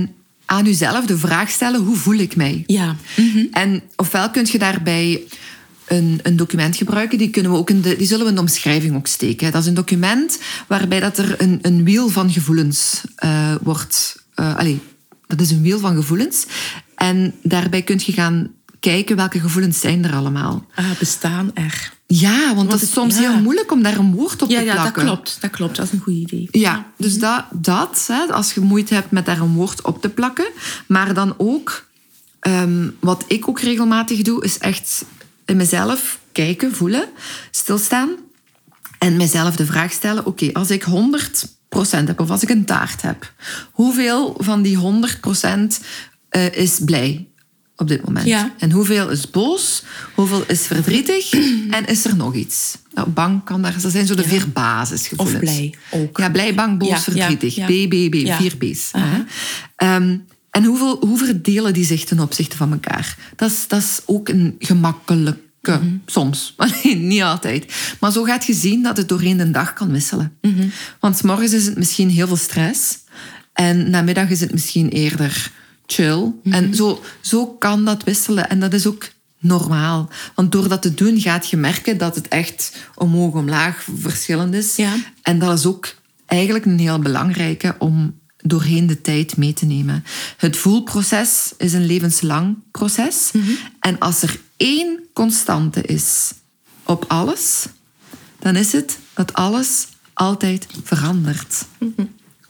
aan jezelf de vraag stellen, hoe voel ik mij? Ja. Mm-hmm. En ofwel kun je daarbij een, een document gebruiken, die, kunnen we ook in de, die zullen we in de omschrijving ook steken. Dat is een document waarbij dat er een, een wiel van gevoelens uh, wordt... Uh, allez, dat is een wiel van gevoelens. En daarbij kun je gaan kijken welke gevoelens zijn er allemaal. Ah, bestaan er. Ja, want, want dat is soms ja. heel moeilijk om daar een woord op ja, te ja, plakken. Ja, dat klopt. Dat klopt. Dat is een goed idee. Ja, dus dat, dat hè, als je moeite hebt met daar een woord op te plakken. Maar dan ook, um, wat ik ook regelmatig doe, is echt in mezelf kijken, voelen, stilstaan. En mezelf de vraag stellen, oké, okay, als ik honderd procent heb, of als ik een taart heb, hoeveel van die honderd procent uh, is blij op dit moment? Ja. En hoeveel is boos? Hoeveel is verdrietig? En is er nog iets? Nou, bang kan daar... Dat zijn zo de ja. vier basisgevoelens. Of blij ook. Ja, blij, bang, boos, ja, verdrietig. Ja, ja. B, B, B. Ja. Vier B's. Uh-huh. Um, en hoeveel, hoe verdelen die zich ten opzichte van elkaar? Dat is, dat is ook een gemakkelijke... Mm-hmm. Soms. Niet altijd. Maar zo gaat je zien dat het doorheen de dag kan wisselen. Mm-hmm. Want 's morgens is het misschien heel veel stress. En namiddag is het misschien eerder chill. Mm-hmm. En zo, zo kan dat wisselen. En dat is ook normaal. Want door dat te doen gaat je merken dat het echt omhoog, omlaag verschillend is. Ja. En dat is ook eigenlijk een heel belangrijke om doorheen de tijd mee te nemen. Het voelproces is een levenslang proces. Mm-hmm. En als er één constante is op alles, dan is het dat alles altijd verandert. Mm-hmm.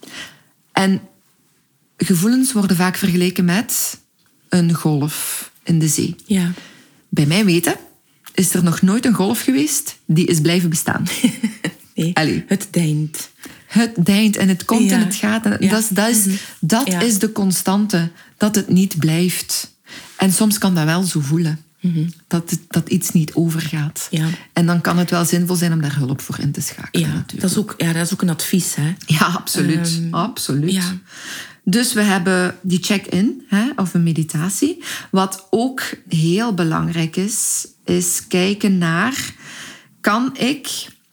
En gevoelens worden vaak vergeleken met een golf in de zee. Ja. Bij mijn weten is er nog nooit een golf geweest die is blijven bestaan. Nee, Allee. het deint. Het deint en het komt ja. en het gaat. En Ja. Dat, is, dat, is, Mm-hmm. dat ja. is de constante. Dat het niet blijft. En soms kan dat wel zo voelen. Mm-hmm. Dat, het, dat iets niet overgaat. Ja. En dan kan het wel zinvol zijn om daar hulp voor in te schakelen. Ja, natuurlijk. dat is ook, ja, dat is ook een advies. Hè? Ja, absoluut. Um, absoluut. Ja. Dus we hebben die check-in, hè, of een meditatie. Wat ook heel belangrijk is, is kijken naar... Kan ik,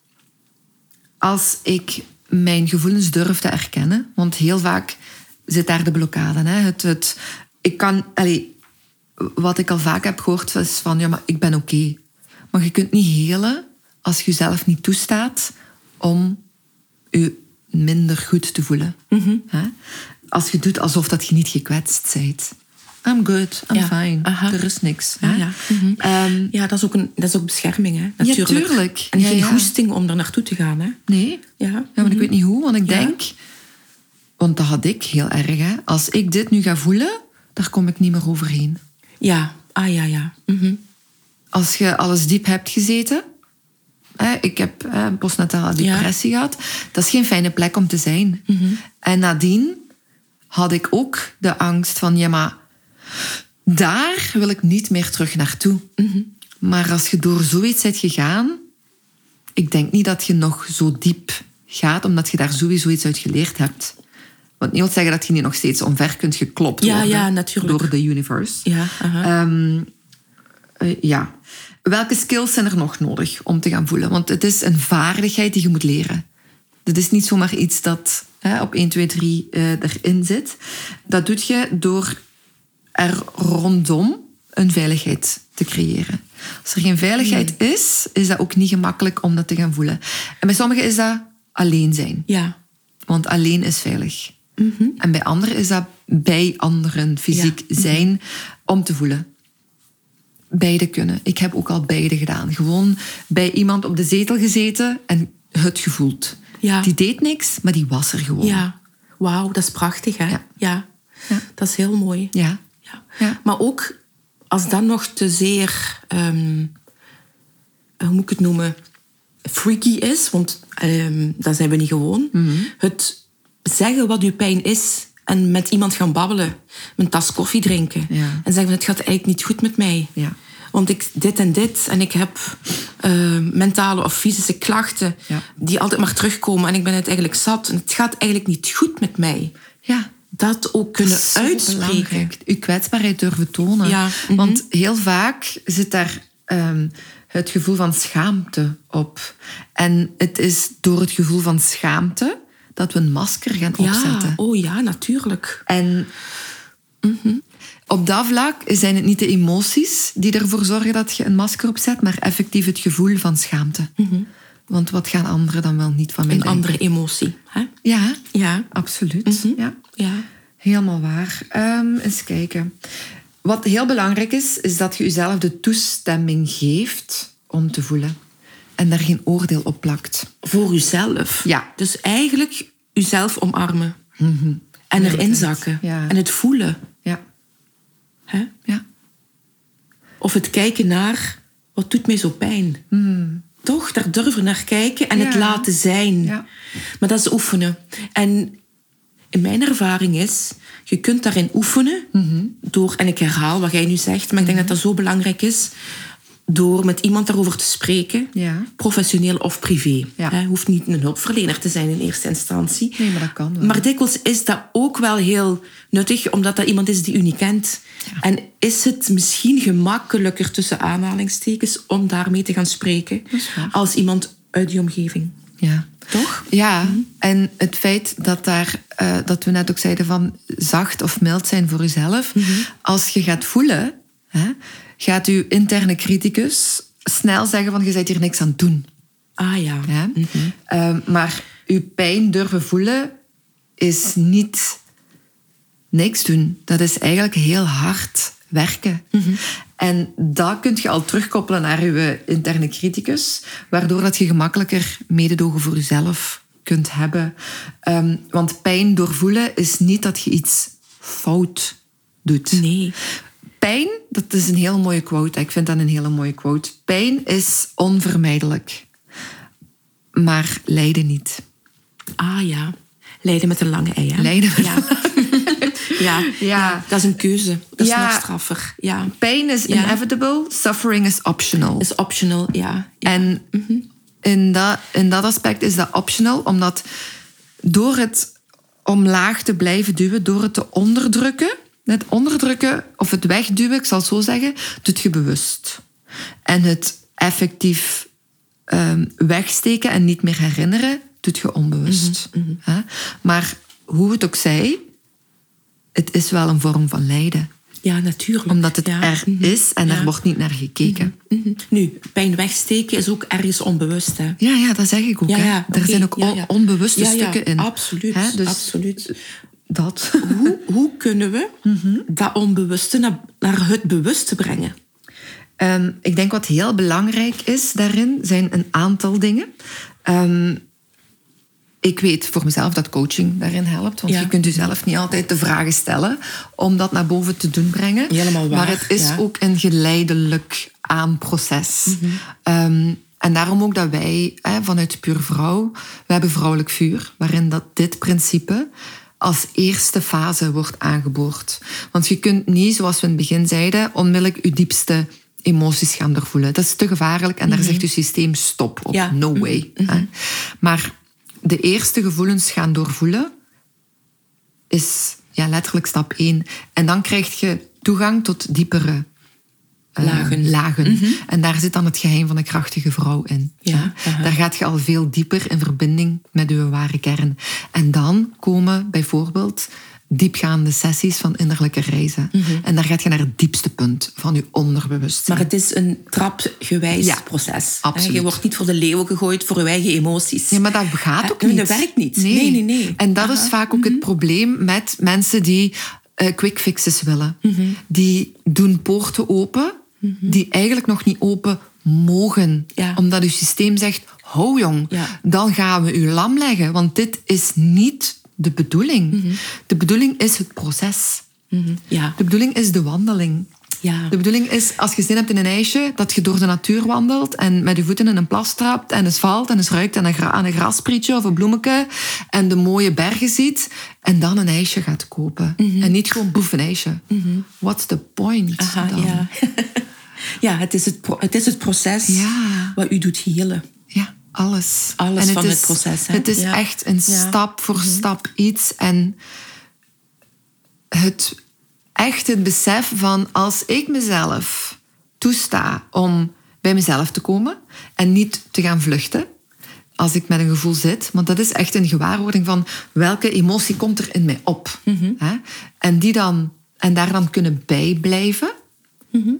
als ik mijn gevoelens durf te erkennen... Want heel vaak zit daar de blokkade. Hè? Het, het, ik kan... Allez, wat ik al vaak heb gehoord is van... Ja, maar ik ben oké. Okay. Maar je kunt niet helen als je jezelf niet toestaat... om je minder goed te voelen. Mm-hmm. Hè? Als je doet alsof dat je niet gekwetst bent. I'm good, I'm Ja. fine. Aha. Er is niks. Ja, Hè? ja. Mm-hmm. Um, ja, dat is ook, een, dat is ook bescherming, hè? Natuurlijk. Ja, tuurlijk. En Ja, geen ja. goesting om er naartoe te gaan, hè? Nee. Ja, Ja, maar ik weet niet hoe, want ik Ja. denk... Want dat had ik heel erg, hè. Als ik dit nu ga voelen, daar kom ik niet meer overheen. Ja, ah ja, ja. Mm-hmm. Als je alles diep hebt gezeten... Hè, ik heb hè, postnatale depressie Ja. gehad. Dat is geen fijne plek om te zijn. Mm-hmm. En nadien had ik ook de angst van... Ja, maar daar wil ik niet meer terug naartoe. Mm-hmm. Maar als je door zoiets bent gegaan... Ik denk niet dat je nog zo diep gaat... omdat je daar sowieso iets uit geleerd hebt. Want niet wil zeggen dat je niet nog steeds omver kunt geklopt Ja, worden... ja, natuurlijk. door de universe. Ja, aha. Um, uh, ja. Welke skills zijn er nog nodig om te gaan voelen? Want het is een vaardigheid die je moet leren. Het is niet zomaar iets dat hè, op één, twee, drie uh, erin zit. Dat doe je door er rondom een veiligheid te creëren. Als er geen veiligheid Mm. is, is dat ook niet gemakkelijk om dat te gaan voelen. En bij sommigen is dat alleen zijn. Ja. Want alleen is veilig. Mm-hmm. En bij anderen is dat bij anderen fysiek Ja. zijn om te voelen. Beide kunnen. Ik heb ook al beide gedaan. Gewoon bij iemand op de zetel gezeten en het gevoeld. Ja. Die deed niks, maar die was er gewoon. Ja. Wauw, dat is prachtig, hè? Ja. Ja. Ja. Dat is heel mooi. Ja. Ja. Ja. Maar ook als dat nog te zeer, um, hoe moet ik het noemen, freaky is, want um, dat zijn we niet gewoon. Mm-hmm. Het zeggen wat uw pijn is en met iemand gaan babbelen, een tas koffie drinken Ja. en zeggen van het gaat eigenlijk niet goed met mij. Ja. Want ik dit en dit en ik heb uh, mentale of fysische klachten Ja. die altijd maar terugkomen en ik ben het eigenlijk zat en het gaat eigenlijk niet goed met mij. Ja. Dat ook kunnen Dat is zo uitspreken. belangrijk. Uw kwetsbaarheid durven tonen. Ja, mm-hmm. Want heel vaak zit daar um, het gevoel van schaamte op. En het is door het gevoel van schaamte dat we een masker gaan opzetten. Ja, oh ja, natuurlijk. En Mm-hmm. Op dat vlak zijn het niet de emoties die ervoor zorgen dat je een masker opzet, maar effectief het gevoel van schaamte. Mm-hmm. Want wat gaan anderen dan wel niet van mij Een denken? andere emotie. Hè? Ja, Ja. absoluut. Mm-hmm. Ja. Ja. Helemaal waar. Um, eens kijken. Wat heel belangrijk is, is dat je jezelf de toestemming geeft om te voelen. En daar geen oordeel op plakt. Voor uzelf. Ja. Dus eigenlijk uzelf omarmen. Mm-hmm. En Ja, erin dat zakken. ja. En het voelen. Ja. Hè? Ja. Of het kijken naar, wat doet mij zo pijn? Mm. Toch? Daar durven naar kijken en Ja. het laten zijn. Ja. Maar dat is oefenen. En in mijn ervaring is, je kunt daarin oefenen Mm-hmm. door, en ik herhaal wat jij nu zegt, maar ik denk dat dat zo belangrijk is, door met iemand daarover te spreken, Ja. professioneel of privé. Ja. He, hoeft niet een hulpverlener te zijn in eerste instantie. Nee, maar dat kan wel. Maar dikwijls is dat ook wel heel nuttig, omdat dat iemand is die u niet kent. Ja. En is het misschien gemakkelijker, tussen aanhalingstekens, om daarmee te gaan spreken, is waar. als iemand uit die omgeving. Ja. Toch? Ja, en het feit dat, daar, uh, dat we net ook zeiden van zacht of mild zijn voor jezelf. Mm-hmm. Als je gaat voelen, hè, gaat je interne criticus snel zeggen van je bent hier niks aan het doen. Ah ja. Ja? Mm-hmm. Uh, maar je pijn durven voelen is niet niks doen. Dat is eigenlijk heel hard werken. Mm-hmm. En dat kun je al terugkoppelen naar je interne criticus, waardoor dat je gemakkelijker mededogen voor jezelf kunt hebben. Um, want pijn doorvoelen is niet dat je iets fout doet. Nee. Pijn, dat is een heel mooie quote. Ik vind dat een hele mooie quote. Pijn is onvermijdelijk, maar lijden niet. Ah ja. Lijden met een lange ei, hè? Lijden met ja. Ja, ja. ja, dat is een keuze. Dat is ja. nog straffer. Ja. Pijn is Ja. inevitable, suffering is optional. Is optional, ja. ja. En mm-hmm. in, dat, in dat aspect is dat optional, omdat door het omlaag te blijven duwen, door het te onderdrukken, het onderdrukken of het wegduwen, ik zal het zo zeggen, doet je bewust. En het effectief um, wegsteken en niet meer herinneren, doet je onbewust. Mm-hmm. Hè? Maar hoe het ook zij, het is wel een vorm van lijden. Ja, natuurlijk. Omdat het ja. er is en ja. er wordt niet naar gekeken. Mm-hmm. Nu, pijn wegsteken is ook ergens onbewust, hè? Ja, ja, dat zeg ik ook. Ja, hè. ja, er okay. zijn ook ja, ja. onbewuste ja, ja, stukken in. Absoluut, Hè? Dus absoluut. Dat. Hoe, hoe kunnen we mm-hmm. dat onbewuste naar, naar het bewuste brengen? Um, ik denk wat heel belangrijk is daarin, zijn een aantal dingen. Um, ik weet voor mezelf dat coaching daarin helpt. Want ja. je kunt jezelf niet altijd de vragen stellen om dat naar boven te doen brengen. Helemaal waar. Maar het is ja. ook een geleidelijk aanproces. Mm-hmm. Um, en daarom ook dat wij hè, vanuit Puur Vrouw, we hebben vrouwelijk vuur, waarin dat dit principe als eerste fase wordt aangeboord. Want je kunt niet, zoals we in het begin zeiden, onmiddellijk je diepste emoties gaan doorvoelen. Dat is te gevaarlijk en mm-hmm. daar zegt je systeem stop op. Ja. No way. Mm-hmm. Hè. Maar de eerste gevoelens gaan doorvoelen is ja, letterlijk stap één. En dan krijg je toegang tot diepere uh, lagen. lagen. Mm-hmm. En daar zit dan het geheim van een krachtige vrouw in. Ja, Daar gaat je al veel dieper in verbinding met je ware kern. En dan komen bijvoorbeeld diepgaande sessies van innerlijke reizen. Mm-hmm. En daar gaat je naar het diepste punt van je onderbewustzijn. Maar het is een trapgewijs ja, proces. Absoluut. Je wordt niet voor de leeuwen gegooid voor je eigen emoties. Ja, maar dat gaat ook ja, niet. Dat werkt niet. Nee, nee, nee. nee. En dat Aha. is vaak ook mm-hmm. het probleem met mensen die uh, quick fixes willen. Mm-hmm. Die doen poorten open, mm-hmm. die eigenlijk nog niet open mogen. Ja. Omdat je systeem zegt, hou jong, ja. dan gaan we u lam leggen. Want dit is niet de bedoeling. Mm-hmm. De bedoeling is het proces. Mm-hmm. Ja. De bedoeling is de wandeling. Ja. De bedoeling is, als je zin hebt in een ijsje, dat je door de natuur wandelt en met je voeten in een plas trapt en eens valt en eens ruikt aan een, gra- aan een grassprietje of een bloemetje en de mooie bergen ziet en dan een ijsje gaat kopen. Mm-hmm. En niet gewoon boef een ijsje. Mm-hmm. What's the point Aha, dan? Ja, ja het, is het, pro- het is het proces ja. wat u doet healen. Ja, alles. Alles en het van is, het proces. Hè? Het is ja. echt een ja. stap voor mm-hmm. stap iets en het echt het besef van als ik mezelf toesta om bij mezelf te komen en niet te gaan vluchten als ik met een gevoel zit. Want dat is echt een gewaarwording van welke emotie komt er in mij op. Mm-hmm. Hè? En die dan En daar dan kunnen bij blijven. Mm-hmm.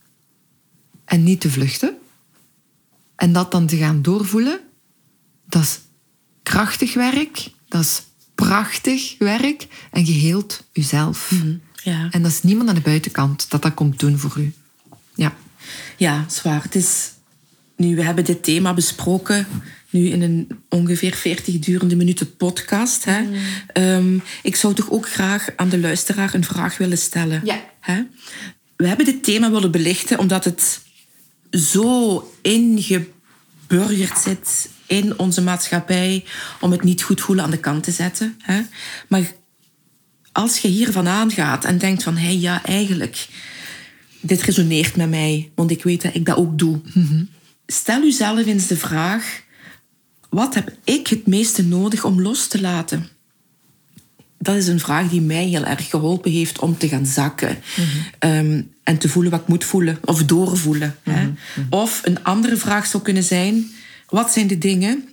En niet te vluchten. En dat dan te gaan doorvoelen. Dat is krachtig werk. Dat is prachtig werk. En je heelt jezelf. Mm-hmm. Ja. En dat is niemand aan de buitenkant dat dat komt doen voor u. Ja, ja, zwaar. Het is... Nu, we hebben dit thema besproken... Nu in een ongeveer veertig durende minuten podcast. Hè. Mm. Um, ik zou toch ook graag aan de luisteraar een vraag willen stellen. Ja. Hè? We hebben dit thema willen belichten omdat het zo ingeburgerd zit in onze maatschappij om het niet goed voelen aan de kant te zetten. Hè. Maar als je hiervan aangaat en denkt van... Hey, ja, eigenlijk, dit resoneert met mij, want ik weet dat ik dat ook doe. Mm-hmm. Stel uzelf eens de vraag... Wat heb ik het meeste nodig om los te laten? Dat is een vraag die mij heel erg geholpen heeft om te gaan zakken. Mm-hmm. Um, en te voelen wat ik moet voelen. Of doorvoelen. Mm-hmm. Hè? Mm-hmm. Of een andere vraag zou kunnen zijn... Wat zijn de dingen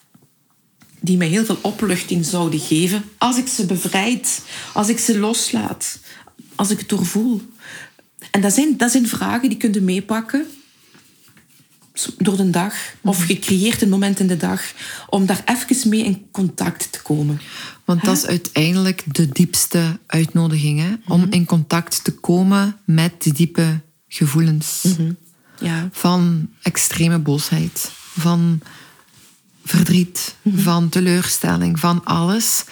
die mij heel veel opluchting zouden geven... als ik ze bevrijd, als ik ze loslaat, als ik het doorvoel? En dat zijn, dat zijn vragen die kun je meepakken... door de dag, of je creëert een moment in de dag om daar even mee in contact te komen. Want huh? dat is uiteindelijk de diepste uitnodiging, hè? Om mm-hmm. in contact te komen met die diepe gevoelens. Mm-hmm. Ja. Van extreme boosheid, van verdriet, mm-hmm. van teleurstelling, van alles.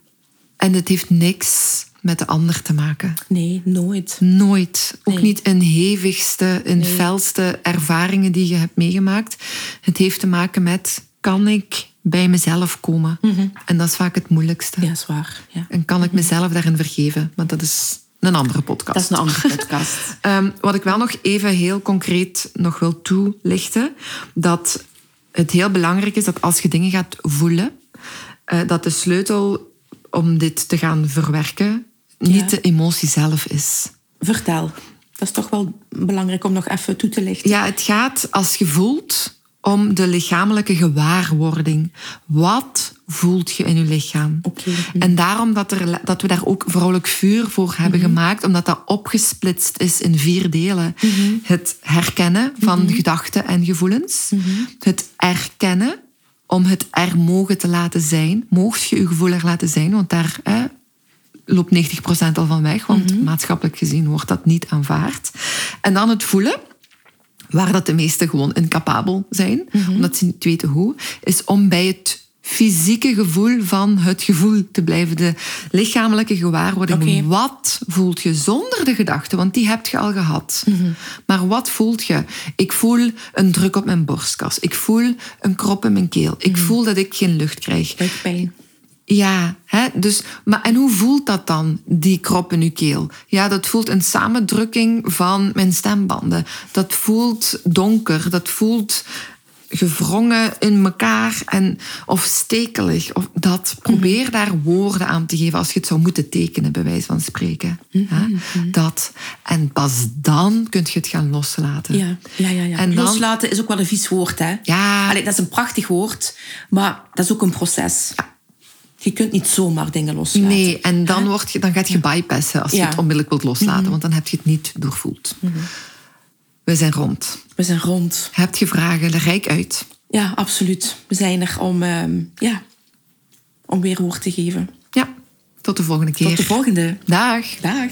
En het heeft niks met de ander te maken. Nee, nooit. Nooit. Ook nee. niet in hevigste, in nee. felste ervaringen die je hebt meegemaakt. Het heeft te maken met, kan ik bij mezelf komen? Mm-hmm. En dat is vaak het moeilijkste. Ja, zwaar. Ja. En kan ik mezelf daarin vergeven? Want dat is een andere podcast. Dat is een andere podcast. um, wat ik wel nog even heel concreet nog wil toelichten, dat het heel belangrijk is dat als je dingen gaat voelen, uh, dat de sleutel om dit te gaan verwerken niet ja. de emotie zelf is. Vertel. Dat is toch wel belangrijk om nog even toe te lichten. Ja, het gaat, als je voelt, om de lichamelijke gewaarwording. Wat voelt je in je lichaam? Okay. En daarom dat, er, dat we daar ook vrouwelijk vuur voor hebben mm-hmm. gemaakt, omdat dat opgesplitst is in vier delen. Mm-hmm. Het herkennen van mm-hmm. gedachten en gevoelens. Mm-hmm. Het erkennen, om het er mogen te laten zijn. Mocht je je gevoel er laten zijn, want daar... Eh, loopt negentig procent al van weg, want mm-hmm. maatschappelijk gezien wordt dat niet aanvaard. En dan het voelen, waar dat de meesten gewoon incapabel zijn, mm-hmm. omdat ze niet weten hoe, is om bij het fysieke gevoel van het gevoel te blijven. De lichamelijke gewaarwording. Okay. Wat voelt je zonder de gedachten? Want die heb je al gehad. Mm-hmm. Maar wat voelt je? Ik voel een druk op mijn borstkas. Ik voel een krop in mijn keel. Ik mm-hmm. voel dat ik geen lucht krijg. Buikpijn. Ja, hè, dus, maar en hoe voelt dat dan, die krop in uw keel? Ja, dat voelt een samendrukking van mijn stembanden. Dat voelt donker, dat voelt gevrongen in elkaar en, of stekelig. Of dat. Probeer mm-hmm. daar woorden aan te geven als je het zou moeten tekenen, bij wijze van spreken. Mm-hmm. Dat. En pas dan kun je het gaan loslaten. Ja, ja, ja. ja. En dan, loslaten is ook wel een vies woord, hè? Ja. Allee, dat is een prachtig woord, maar dat is ook een proces. Ja. Je kunt niet zomaar dingen loslaten. Nee, en dan, word je, dan gaat je bypassen als je ja. het onmiddellijk wilt loslaten. Mm-hmm. Want dan heb je het niet doorvoeld. Mm-hmm. We zijn rond. We zijn rond. Heb je vragen? Rijk uit. Ja, absoluut. We zijn er om, um, ja, om weer woord te geven. Ja, tot de volgende keer. Tot de volgende. Dag. Dag.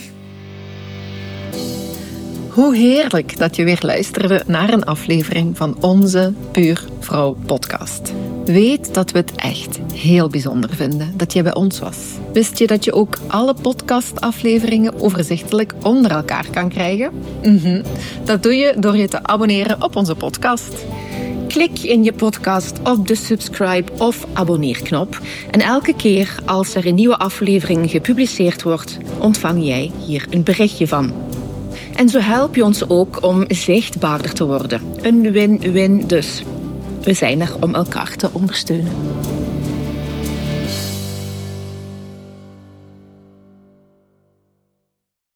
Hoe heerlijk dat je weer luisterde naar een aflevering van onze Puur Vrouw podcast. Weet dat we het echt heel bijzonder vinden dat je bij ons was. Wist je dat je ook alle podcastafleveringen overzichtelijk onder elkaar kan krijgen? Mm-hmm. Dat doe je door je te abonneren op onze podcast. Klik in je podcast op de subscribe of abonneerknop. En elke keer als er een nieuwe aflevering gepubliceerd wordt, ontvang jij hier een berichtje van. En zo help je ons ook om zichtbaarder te worden. Een win-win dus. We zijn er om elkaar te ondersteunen.